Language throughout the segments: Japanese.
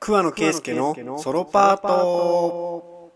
桑野圭介のソロパート。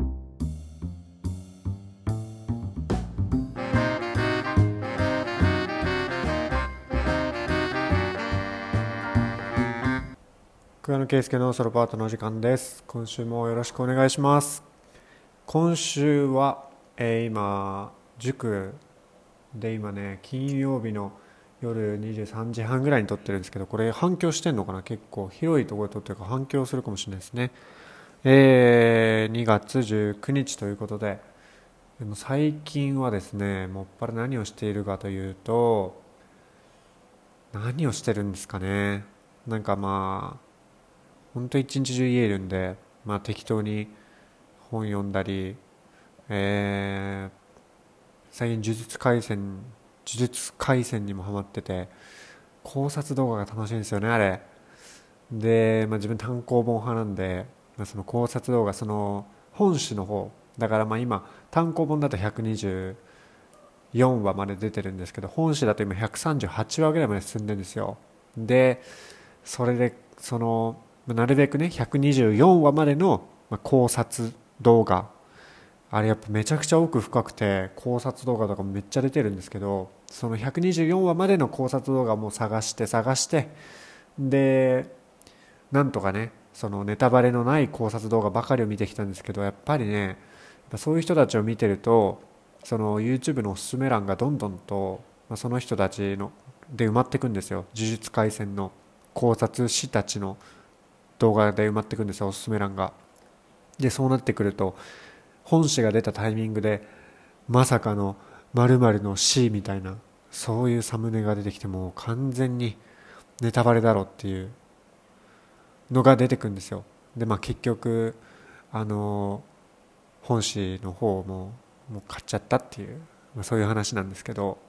桑野圭介のソロパートのお時間です。今週もよろしくお願いします。今週は、今塾で今ね金曜日の夜23時半ぐらいに撮ってるんですけど、これ反響してんのかな。結構広いところで撮ってるから反響するかもしれないですね。2月19日ということで、でも最近はですね、もっぱら何をしているかというと、何をしてるんですかね。なんか本当一日中家いるんで、適当に本読んだり、最近呪術廻戦にもハマってて、考察動画が楽しいんですよね、あれで。自分単行本派なんで、その考察動画、その本誌の方だから、今単行本だと124話まで出てるんですけど、本誌だと今138話ぐらいまで進んでるんですよ。でそれでなるべくね124話までの考察動画、あれやっぱめちゃくちゃ奥深くて、考察動画とかもめっちゃ出てるんですけど、その124話までの考察動画も探してでなんとかね、そのネタバレのない考察動画ばかりを見てきたんですけど、やっぱりね、やっぱそういう人たちを見てると、その YouTube のおすすめ欄がどんどんと、その人たちので埋まっていくんですよ。呪術廻戦の考察師たちの動画で埋まっていくんですよ、おすすめ欄が。でそうなってくると、本誌が出たタイミングでまさかの〇〇の C みたいな、そういうサムネが出てきて、もう完全にネタバレだろっていうのが出てくるんですよ。で結局本誌の方もう買っちゃったっていう、そういう話なんですけど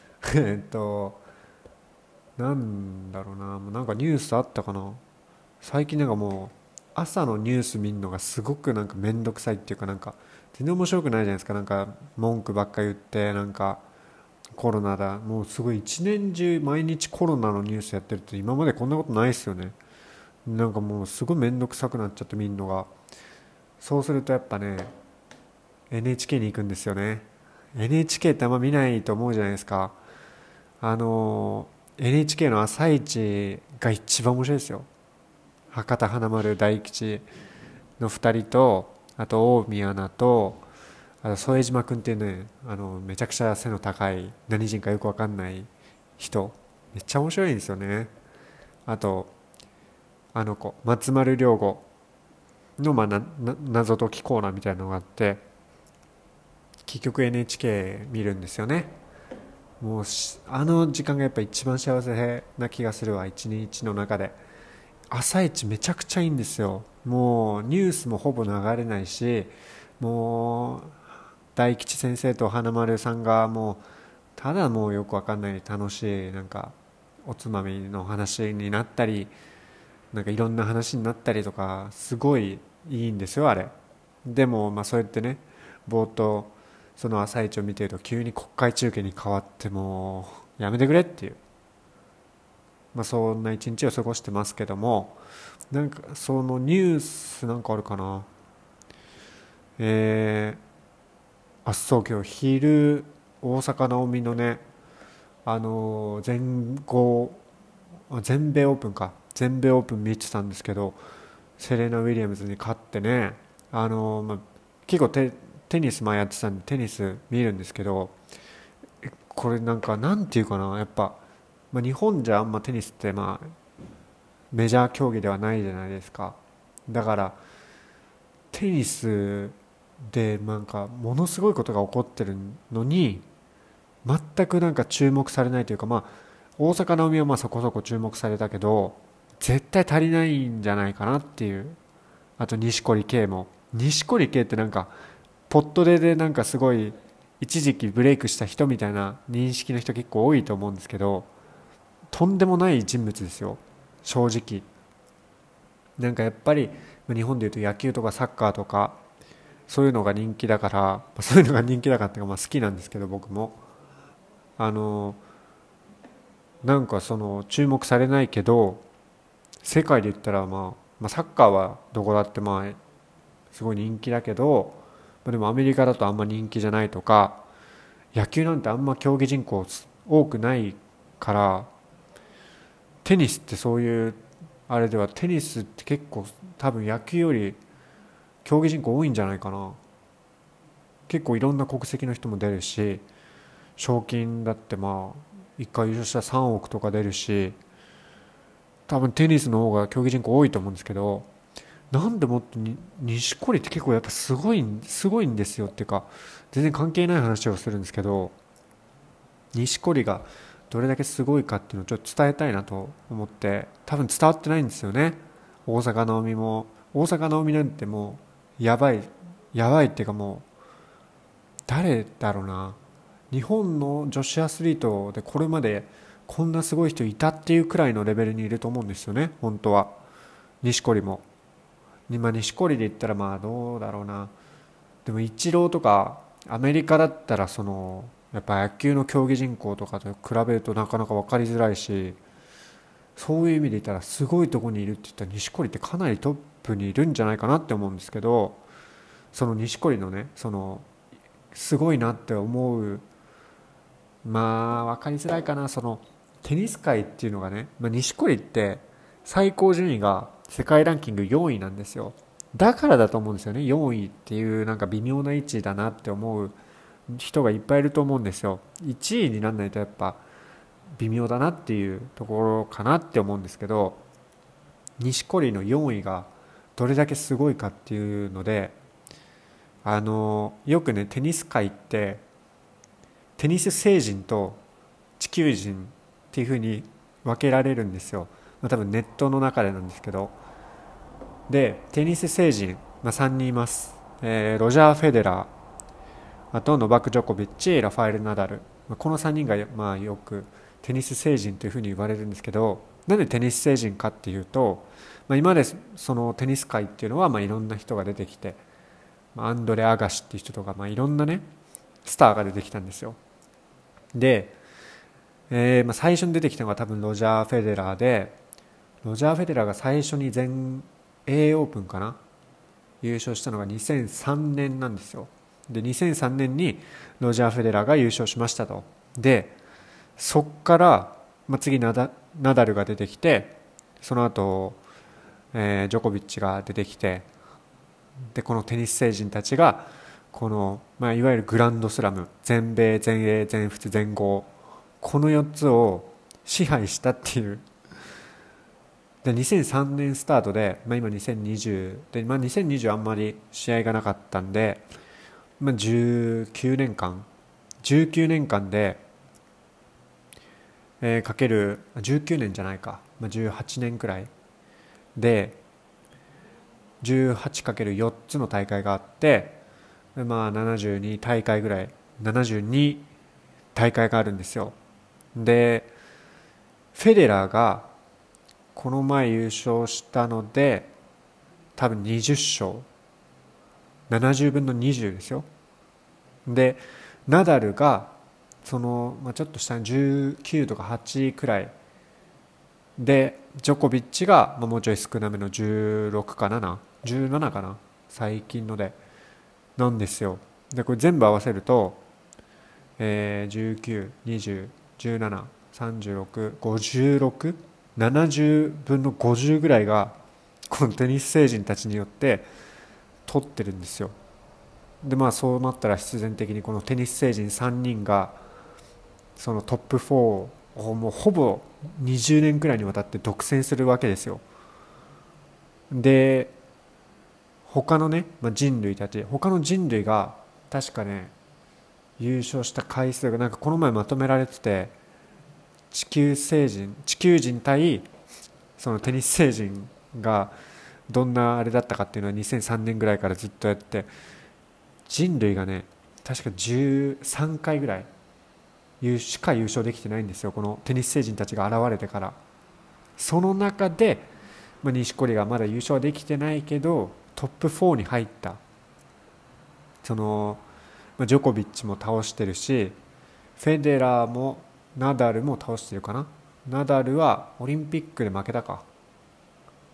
なんだろうな、なんかニュースあったかな。最近なんかもう朝のニュース見るのがすごくなんかめんどくさいっていうか、なんか全然面白くないじゃないですか。なんか文句ばっか言って、なんかコロナだ、もうすごい一年中毎日コロナのニュースやってるって、今までこんなことないですよね。なんかもうすごいめんどくさくなっちゃって見るのが。そうするとやっぱね NHK に行くんですよね。 NHK ってあんま見ないと思うじゃないですか。あの NHK の朝一が一番面白いですよ。博多華丸大吉の2人と、あと大宮アナと、あと副島君っていうね、めちゃくちゃ背の高い何人かよくわかんない人、めっちゃ面白いんですよね。あとあの子松丸亮吾の、謎解きコーナーみたいなのがあって、結局 NHK 見るんですよね。もうあの時間がやっぱ一番幸せな気がするわ、一日の中で。朝一めちゃくちゃいいんですよ。もうニュースもほぼ流れないし、もう大吉先生と花丸さんがもうただもうよくわかんない楽しい、なんかおつまみの話になったり、なんかいろんな話になったりとか、すごいいいんですよあれ。でもそうやってね、冒頭その朝一を見てると急に国会中継に変わって、もうやめてくれっていう、そんな一日を過ごしてますけども、なんかそのニュースなんかあるかな。そう、今日昼大阪なおみのね、全米オープンか、全米オープン見てたんですけど、セレナ・ウィリアムズに勝ってね、結構テニスやってたんでテニス見るんですけど、これなんていうかな、やっぱ、日本じゃあんまテニスってメジャー競技ではないじゃないですか。だからテニスでなんかものすごいことが起こってるのに、全くなんか注目されないというか、大阪なおみはそこそこ注目されたけど、絶対足りないんじゃないかなっていう。あと錦織圭ってなんかポットでなんかすごい一時期ブレイクした人みたいな認識の人結構多いと思うんですけど、とんでもない人物ですよ、正直。なんかやっぱり日本でいうと野球とかサッカーとか、そういうのが人気だから、そういうのが人気だからっていうか、好きなんですけど僕も。あのなんかその注目されないけど、世界で言ったらサッカーはどこだってすごい人気だけど、でもアメリカだとあんま人気じゃないとか、野球なんてあんま競技人口多くないから、テニスってそういうあれでは、テニスって結構多分野球より競技人口多いんじゃないかな。結構いろんな国籍の人も出るし、賞金だって1回優勝したら3億とか出るし、多分テニスの方が競技人口多いと思うんですけど、なんでもっと錦織って結構やっぱすごいんですよ。っていうか、全然関係ない話をするんですけど、錦織がどれだけすごいかっていうのをちょっと伝えたいなと思って、多分伝わってないんですよね。大坂なおみなんてもうやばいっていうか、もう誰だろうな、日本の女子アスリートでこれまでこんなすごい人いたっていうくらいのレベルにいると思うんですよね、本当は。錦織も今、錦織で言ったらどうだろうな、でもイチローとかアメリカだったら、やっぱ野球の競技人口とかと比べるとなかなか分かりづらいし、そういう意味で言ったらすごいところにいるって言ったら錦織ってかなりトップにいるんじゃないかなって思うんですけど、その錦織のね、すごいなって思う、分かりづらいかな、テニス界っていうのがね、錦織って最高順位が世界ランキング4位なんですよ。だからだと思うんですよね。4位っていうなんか微妙な位置だなって思う人がいっぱいいると思うんですよ。1位にならないとやっぱ微妙だなっていうところかなって思うんですけど、錦織の4位がどれだけすごいかっていうので、よくね、テニス界ってテニス星人と地球人っていう風に分けられるんですよ。多分ネットの中でなんですけど、でテニス星人、3人います。ロジャー・フェデラー、あとノバク・ジョコビッチ、ラファエル・ナダル、この3人がよくテニス星人というふうに言われるんですけど、なんでテニス星人かっていうと、今までそのテニス界っていうのはいろんな人が出てきて、アンドレ・アガシっていう人とか、いろんなねスターが出てきたんですよ。で、最初に出てきたのが多分ロジャー・フェデラーで、ロジャー・フェデラーが最初に全英オープンかな、優勝したのが2003年なんですよ。で2003年にロジャー・フェデラーが優勝しましたと。でそっから、次ナダルが出てきて、その後、ジョコビッチが出てきて、でこのテニス星人たちがこの、いわゆるグランドスラム、全米、全英、全仏、全豪、この4つを支配したっていう。で2003年スタートで、今2020で、2020あんまり試合がなかったんで、19年間で、かける19年じゃないか、18年くらいで 18×4 つの大会があって、72大会ぐらい、72大会があるんですよ。でフェデラーがこの前優勝したので多分20勝、70分の20ですよ。でナダルがちょっと下に19とか8くらいで、ジョコビッチがもうちょい少なめの16かな、17かな、最近のでなんですよ。でこれ全部合わせると、19、20、17、36、56、70分の50ぐらいがこのテニス星人たちによって取ってるんですよ。でそうなったら必然的にこのテニス星人3人がそのトップ4をもうほぼ20年くらいにわたって独占するわけですよ。で他のね、他の人類が確かね優勝した回数がこの前まとめられてて、地球人対そのテニス星人がどんなあれだったかっていうのは2003年ぐらいからずっとやって、人類がね確か13回ぐらいしか優勝できてないんですよ、このテニス星人たちが現れてから。その中で、錦織がまだ優勝はできてないけどトップ4に入った。ジョコビッチも倒してるし、フェデラーもナダルも倒してるかな。ナダルはオリンピックで負けたか、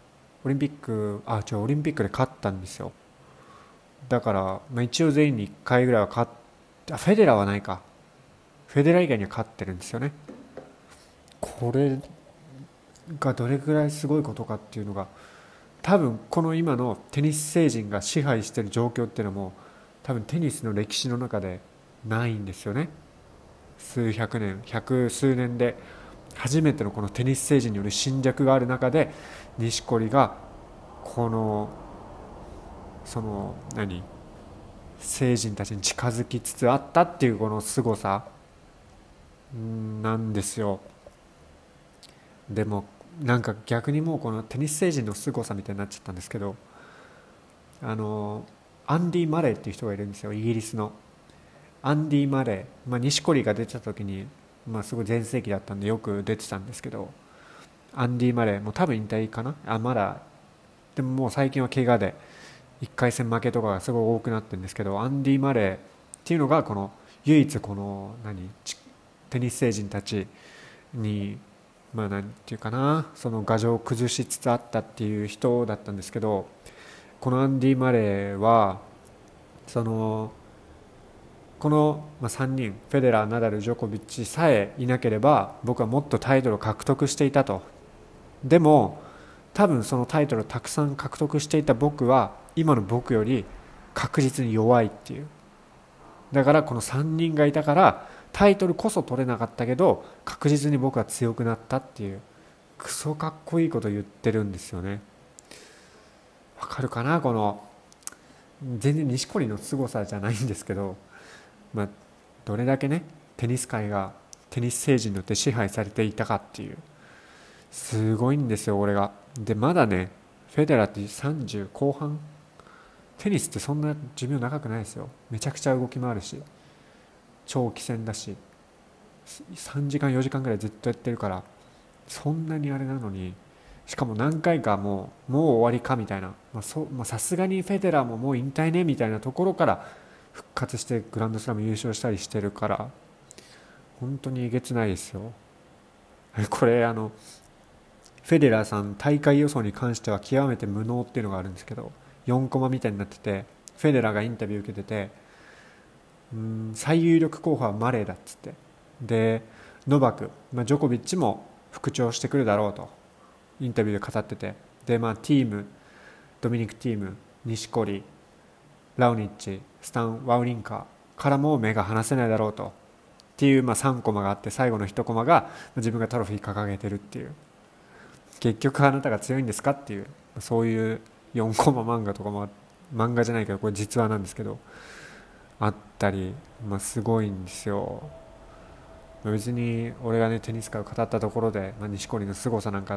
オリンピックで勝ったんですよ。だから、一応全員に1回ぐらいは勝ってフェデラーはないか。フェデラー以外には勝ってるんですよね。これがどれぐらいすごいことかっていうのが、多分この今のテニス星人が支配している状況っていうのも多分テニスの歴史の中でないんですよね。数百年百数年で初めてのこのテニス星人による侵略がある中で、錦織がこのその星人たちに近づきつつあったっていうこの凄さなんですよ。でもなんか逆にもうこのテニス星人の凄さみたいになっちゃったんですけど、あのアンディ・マレーっていう人がいるんですよ、イギリスの。アンディ・マレー、錦織が出てた時に、すごい全盛期だったんでよく出てたんですけど、アンディ・マレーもう多分引退かな、まだ。でももう最近は怪我で1回戦負けとかがすごい多くなってるんですけど、アンディ・マレーっていうのがこの唯一このテニス星人たちになんていうかな、その牙城を崩しつつあったっていう人だったんですけど、このアンディ・マレーはそのこの3人、フェデラー、ナダル、ジョコビッチさえいなければ僕はもっとタイトルを獲得していたと。でも多分そのタイトルをたくさん獲得していた僕は今の僕より確実に弱いっていう。だからこの3人がいたからタイトルこそ取れなかったけど確実に僕は強くなったっていう、クソかっこいいこと言ってるんですよね。わかるかな、この全然錦織の凄さじゃないんですけど、どれだけねテニス界がテニス星人によって支配されていたかっていう、すごいんですよ俺が。でまだね、フェデラーって30後半、テニスってそんな寿命長くないですよ。めちゃくちゃ動き回るし長期戦だし3時間4時間ぐらいずっとやってるから、そんなにあれなのに、しかも何回かもう終わりかみたいな、さすがにフェデラーももう引退ねみたいなところから復活してグランドスラム優勝したりしてるから、本当にえげつないですよ。これフェデラーさん大会予想に関しては極めて無能っていうのがあるんですけど、4コマみたいになってて、フェデラーがインタビュー受けてて、最有力候補はマレーだっつって、でノバク、ジョコビッチも復調してくるだろうとインタビューで語ってて、でティーム、ドミニク・ティーム、錦織、ラウニッチ、スタン・ワウリンカからも目が離せないだろうとっていう3コマがあって、最後の1コマが自分がトロフィー掲げてるっていう、結局あなたが強いんですかっていう、そういう4コマ漫画とかも、漫画じゃないけどこれ実話なんですけどあったり、すごいんですよ。別に俺がねテニス界を語ったところで、錦織の凄さなんか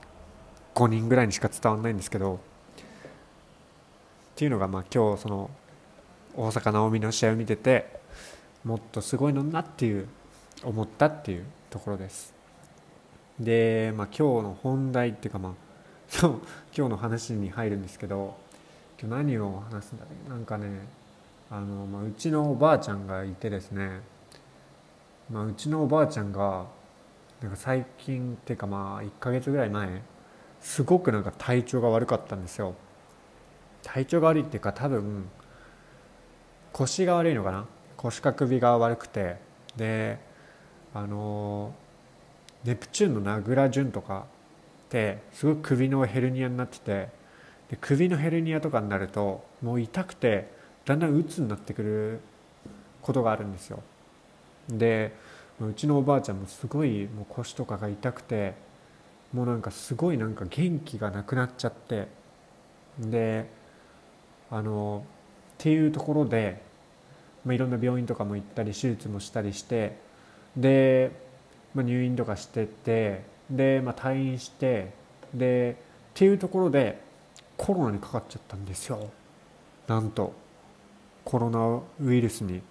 5人ぐらいにしか伝わらないんですけど、っていうのが今日その大坂なおみの試合を見ててもっとすごいのになっていう思ったっていうところです。で、今日の本題っていうか今日の話に入るんですけど、今日何を話すんだろう。なんかね、うちのおばあちゃんがいてですね、うちのおばあちゃんがなんか最近っていうか1ヶ月ぐらい前、すごくなんか体調が悪かったんですよ。体調が悪いっていうか多分腰が悪いのかな、腰か首が悪くて、であのネプチューンの名倉潤とかってすごい首のヘルニアになってて、で首のヘルニアとかになるともう痛くてだんだん鬱になってくることがあるんですよ。でうちのおばあちゃんもすごいもう腰とかが痛くて、もうなんかすごいなんか元気がなくなっちゃって、でっていうところで、いろんな病院とかも行ったり手術もしたりして、で、入院とかしてて、で、退院して、でっていうところでコロナにかかっちゃったんですよ。なんとコロナウイルスに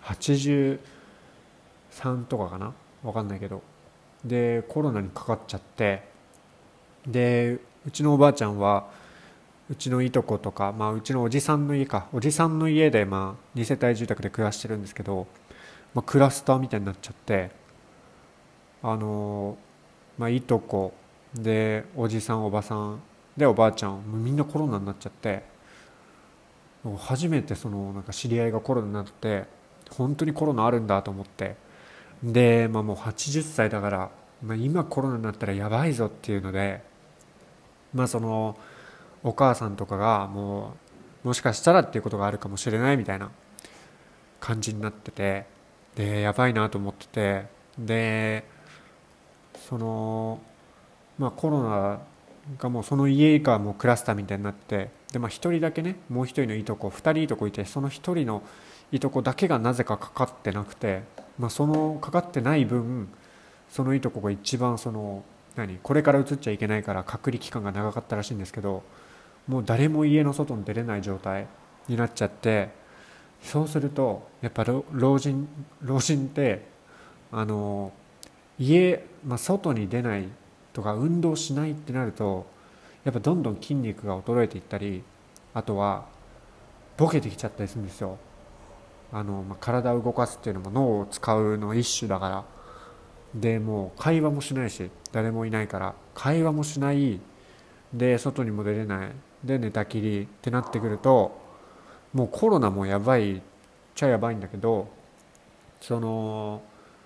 83とかかな、分かんないけど、でコロナにかかっちゃって、でうちのおばあちゃんはうちのいとことか、うちのおじさんの家で2世帯住宅で暮らしてるんですけど、クラスターみたいになっちゃって、いとこでおじさんおばさんでおばあちゃんもうみんなコロナになっちゃって、初めてそのなんか知り合いがコロナになって、本当にコロナあるんだと思って、で、もう80歳だから、今コロナになったらやばいぞっていうので、そのお母さんとかがもしかしたらっていうことがあるかもしれないみたいな感じになってて、でやばいなと思ってて、でそのコロナがもうその家がもうクラスターみたいになって、で一人だけね、もう一人のいとこ、二人いとこいて、その一人のいとこだけがなぜかかかってなくて、そのかかってない分、そのいとこが一番そのこれから移っちゃいけないから隔離期間が長かったらしいんですけど、もう誰も家の外に出れない状態になっちゃって、そうするとやっぱ老人ってあの家、外に出ないとか運動しないってなると、やっぱどんどん筋肉が衰えていったり、あとはボケてきちゃったりするんですよ。体を動かすっていうのも脳を使うの一種だから。でもう会話もしないし、誰もいないから会話もしない、で外にも出れない、で寝たきりってなってくると、もうコロナもやばいっちゃやばいんだけど、その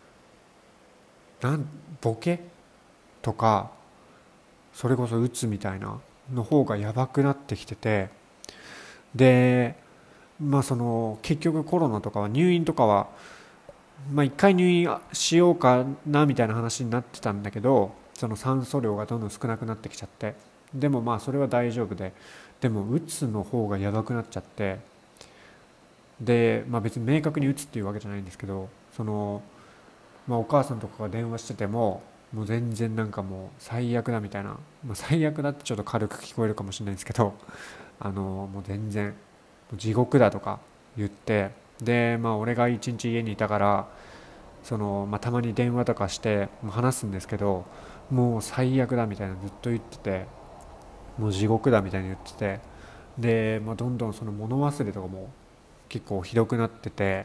なんボケとか、それこそ鬱みたいなの方がやばくなってきてて、でその結局コロナとかは入院とかは、一回入院しようかなみたいな話になってたんだけど、その酸素量がどんどん少なくなってきちゃって、でもそれは大丈夫で、でもうつの方がやばくなっちゃって、で、別に明確にうつっていうわけじゃないんですけど、その、お母さんとかが電話してても、もう全然なんかもう最悪だみたいな、最悪だってちょっと軽く聞こえるかもしれないんですけど、もう全然地獄だとか言って、で俺が一日家にいたから、その、たまに電話とかして話すんですけど、もう最悪だみたいなずっと言ってて、もう地獄だみたいに言ってて、で、どんどんその物忘れとかも結構ひどくなってて、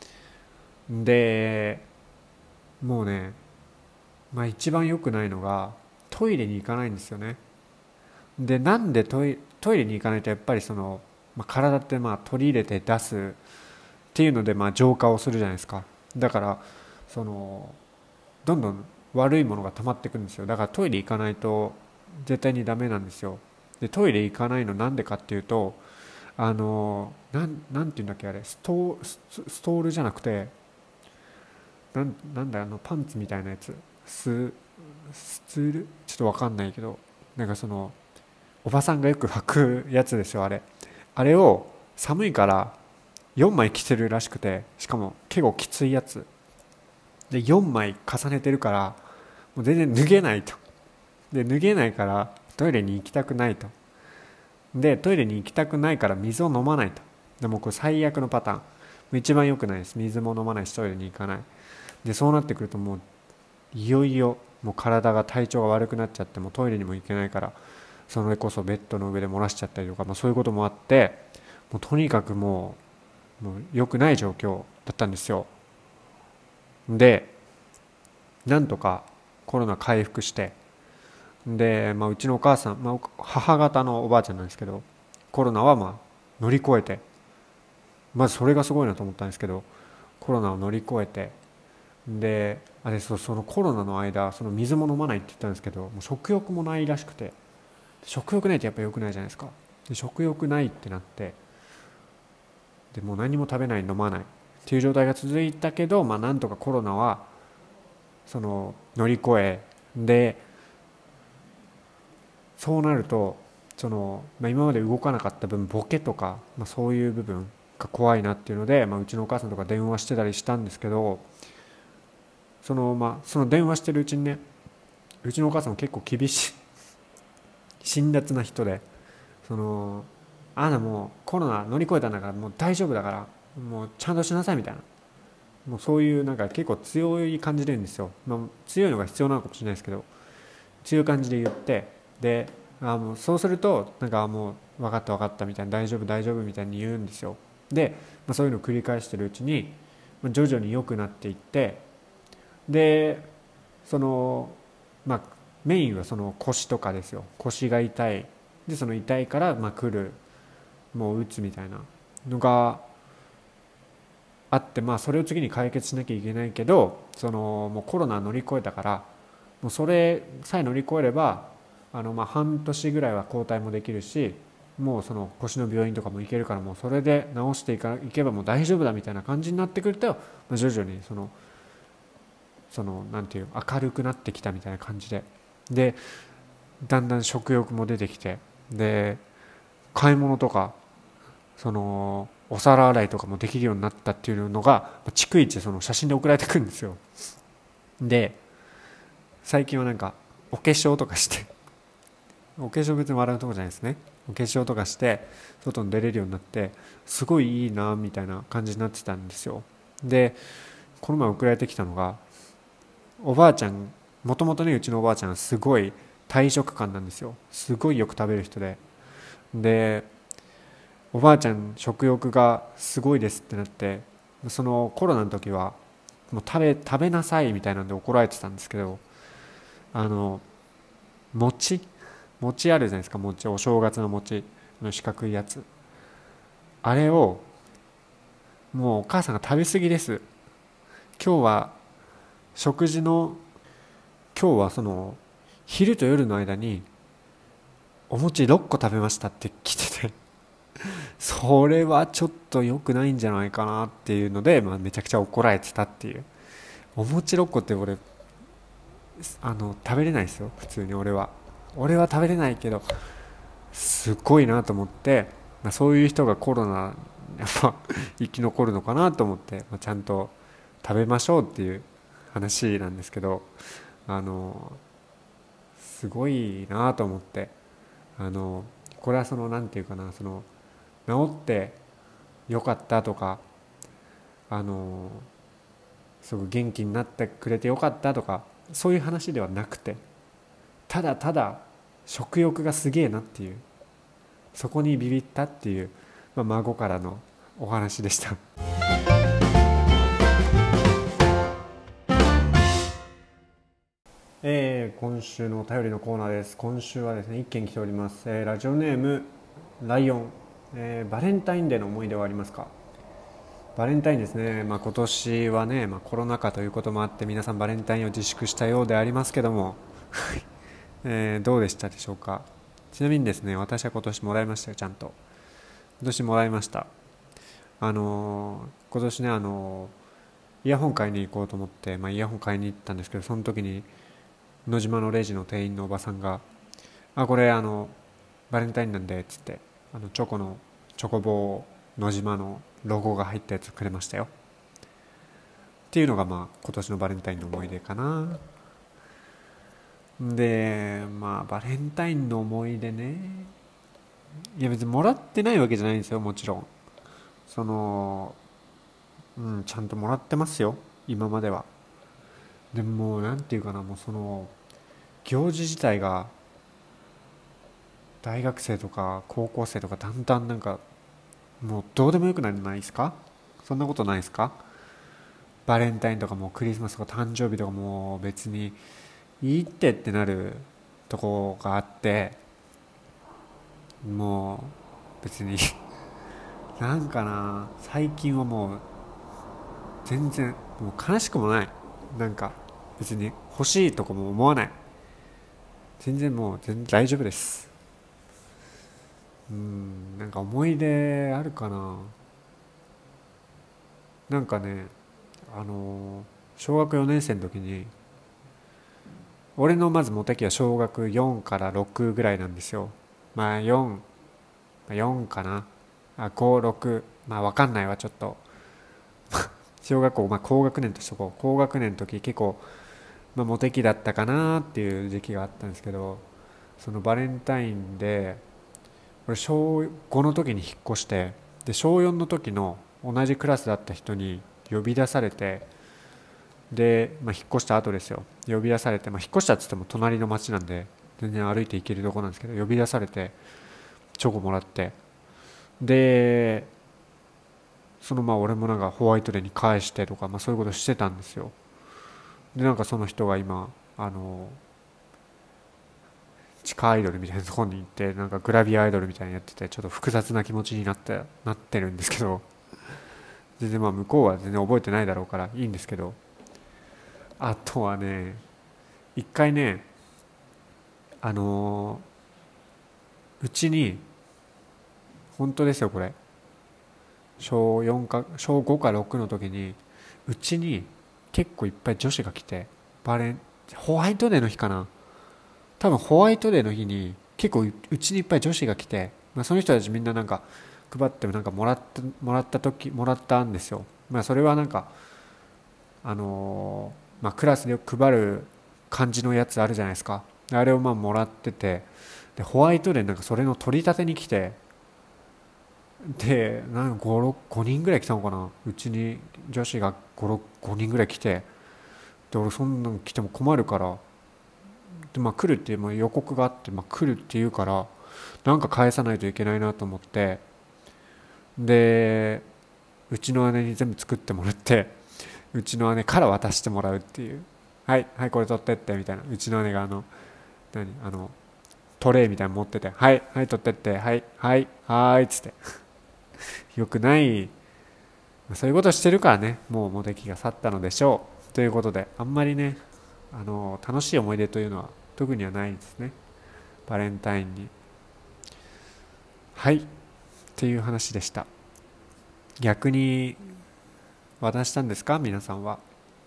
でもうね、一番良くないのがトイレに行かないんですよね。でなんでトイレに行かないと、やっぱりその、体って取り入れて出すっていうので浄化をするじゃないですか。だからそのどんどん悪いものが溜まってくるんですよ。だからトイレ行かないと絶対にダメなんですよ。でトイレ行かないのなんでかっていうと、なんていうんだっけあれ、ストールじゃなくて、なんだパンツみたいなやつ、スツールちょっとわかんないけど、なんかそのおばさんがよく履くやつですよ、あれを寒いから4枚着てるらしくて、しかも結構きついやつで4枚重ねてるから、もう全然脱げないと。で脱げないからトイレに行きたくないと。でトイレに行きたくないから水を飲まないと。でもこれ最悪のパターン、一番良くないです。水も飲まないしトイレに行かない。でそうなってくると、もういよいよもう体が体調が悪くなっちゃって、もうトイレにも行けないから、それこそベッドの上で漏らしちゃったりとか、そういうこともあって、もうとにかくもう良くない状況だったんですよ。でなんとかコロナ回復して、で、うちのお母さん、母方のおばあちゃんなんですけど、コロナは乗り越えて、まずそれがすごいなと思ったんですけど、コロナを乗り越えて、でそのコロナの間、その水も飲まないって言ったんですけど、もう食欲もないらしくて、食欲ないとやっぱ良くないじゃないですか。で食欲ないってなって、でもう何も食べない飲まないっていう状態が続いたけど、なんとかコロナはその乗り越えで、そうなるとその、今まで動かなかった分、ボケとか、そういう部分が怖いなっていうので、うちのお母さんとか電話してたりしたんですけど、その電話してるうちにね、うちのお母さんも結構厳しい辛辣な人で、そのあなたもうコロナ乗り越えたんだからもう大丈夫だから、もうちゃんとしなさいみたいな、もうそういうなんか結構強い感じで言うんですよ。強いのが必要なのかもしれないですけど、強い感じで言って、でもうそうするとなんかもう分かった分かったみたいな、大丈夫大丈夫みたいに言うんですよ。で、そういうのを繰り返してるうちに徐々に良くなっていって、でそのメインはその腰とかですよ。腰が痛いでその痛いから来る、もう打つみたいなのがあって、それを次に解決しなきゃいけないけど、もうコロナ乗り越えたから、もうそれさえ乗り越えれば半年ぐらいは交代もできるし、もうその腰の病院とかも行けるから、もうそれで治していけばもう大丈夫だみたいな感じになってくると、徐々になんていう明るくなってきたみたいな感じでだんだん食欲も出てきて、で買い物とかお皿洗いとかもできるようになったっていうのが逐一その写真で送られてくるんですよ。で最近はなんかお化粧とかしてお化粧別に笑うとこじゃないですね。お化粧とかして外に出れるようになって、すごいいいなみたいな感じになってたんですよ。でこの前送られてきたのが、おばあちゃん、もともとねうちのおばあちゃんはすごい大食漢なんですよ。すごいよく食べる人でおばあちゃん食欲がすごいですってなって、そのコロナの時はもう食べなさいみたいなんで怒られてたんですけど、あの餅餅あるじゃないですか。餅、お正月の餅の四角いやつ、あれをもうお母さんが食べ過ぎです、今日は食事の今日は昼と夜の間にお餅6個食べましたって来てて、それはちょっと良くないんじゃないかなっていうので、めちゃくちゃ怒られてたっていう。お餅6個って俺食べれないですよ普通に。俺は食べれないけど、すごいなと思って、そういう人がコロナやっぱ生き残るのかなと思って、ちゃんと食べましょうっていう話なんですけど、あのすごいなと思って、これはなんていうかな、治ってよかったとか、あのすごく元気になってくれてよかったとか、そういう話ではなくて、ただただ食欲がすげえなっていう、そこにビビったっていう、孫からのお話でした。今週のお便りのコーナーです。今週はですね、一件来ております。ラジオネームライオン、バレンタインデーの思い出はありますか？バレンタインですね、今年はね、コロナ禍ということもあって皆さんバレンタインを自粛したようでありますけどもどうでしたでしょうか？ちなみにですね、私は今年もらいましたよ。ちゃんと今年もらいました。今年ね、イヤホン買いに行こうと思って、イヤホン買いに行ったんですけど、その時に野島のレジの店員のおばさんがこれバレンタインなんでっつって、チョコのチョコ棒、野島のロゴが入ったやつくれましたよっていうのが今年のバレンタインの思い出かな。でバレンタインの思い出ね、いや別にもらってないわけじゃないんですよ。もちろんちゃんともらってますよ今までは。でももうなんていうかな、もう行事自体が大学生とか高校生とかだんだんなんかもうどうでもよくなるないですか？そんなことないですか？バレンタインとかもクリスマスとか誕生日とかも別にいいってなるとこがあって、もう別になんかな、最近はもう全然もう悲しくもない、なんか別に欲しいとかも思わない、全然もう全然大丈夫です。なんか思い出あるかな。なんかね、小学4年生の時に、俺のまずモテ期は小学4から6ぐらいなんですよ。4かな、5、6、わかんないわちょっと。小学校、高学年としとこう。高学年の時結構、モテ期だったかなっていう時期があったんですけど、そのバレンタインで俺小5の時に引っ越して、で小4の時の同じクラスだった人に呼び出されて、で、引っ越した後ですよ、呼び出されて、引っ越したっつっても隣の町なんで全然歩いて行けるとこなんですけど、呼び出されてチョコもらって、で俺もなんかホワイトデーに返してとか、そういうことしてたんですよ。でなんかその人が今地下アイドルみたいなところに行ってなんかグラビアアイドルみたいなのやってて、ちょっと複雑な気持ちになってるんですけど、全然まあ向こうは全然覚えてないだろうからいいんですけど、あとはね、一回ね、あのうちに、本当ですよこれ、小5か6の時にうちに結構いっぱい女子が来て、ホワイトデーの日かな、多分ホワイトデーの日に結構うちにいっぱい女子が来て、まあ、その人たちみんななんか配ってなんかもらったんですよ。まあそれはなんかまあクラスでよく配る感じのやつあるじゃないですか。あれをまあもらってて、でホワイトデーなんかそれの取り立てに来て、でなんか5人ぐらい来たのかな、うちに女子が5人ぐらい来て、で俺そんなの来ても困るから、でまあ来るっていうもう予告があって、まあ、来るって言うからなんか返さないといけないなと思って、でうちの姉に全部作ってもらって、うちの姉から渡してもらうっていう、はいはいこれ取ってってみたいな、うちの姉がトレイみたいなの持ってて、はいはい取ってって、はいはいはいっつってよくない、そういうことしてるからね、もうモテ期が去ったのでしょう。ということであんまりね、楽しい思い出というのは特にはないですね、バレンタインに。はいっていう話でした。逆に渡したんですか皆さんは、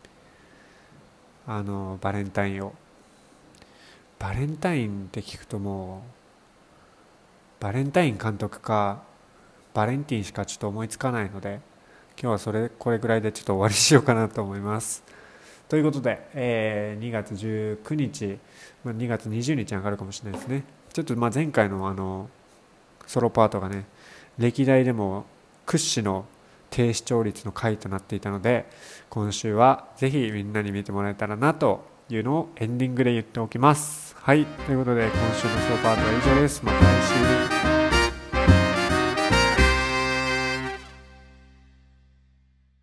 バレンタインを。バレンタインって聞くともうバレンタイン監督かバレンティンしかちょっと思いつかないので、今日はこれぐらいでちょっと終わりしようかなと思います。ということで、2月19日、2月20日に上がるかもしれないですね。ちょっとまあ前回のソロパートがね、歴代でも屈指の低視聴率の回となっていたので、今週はぜひみんなに見てもらえたらなというのをエンディングで言っておきます。はい、ということで今週のソロパートは以上です。また来週。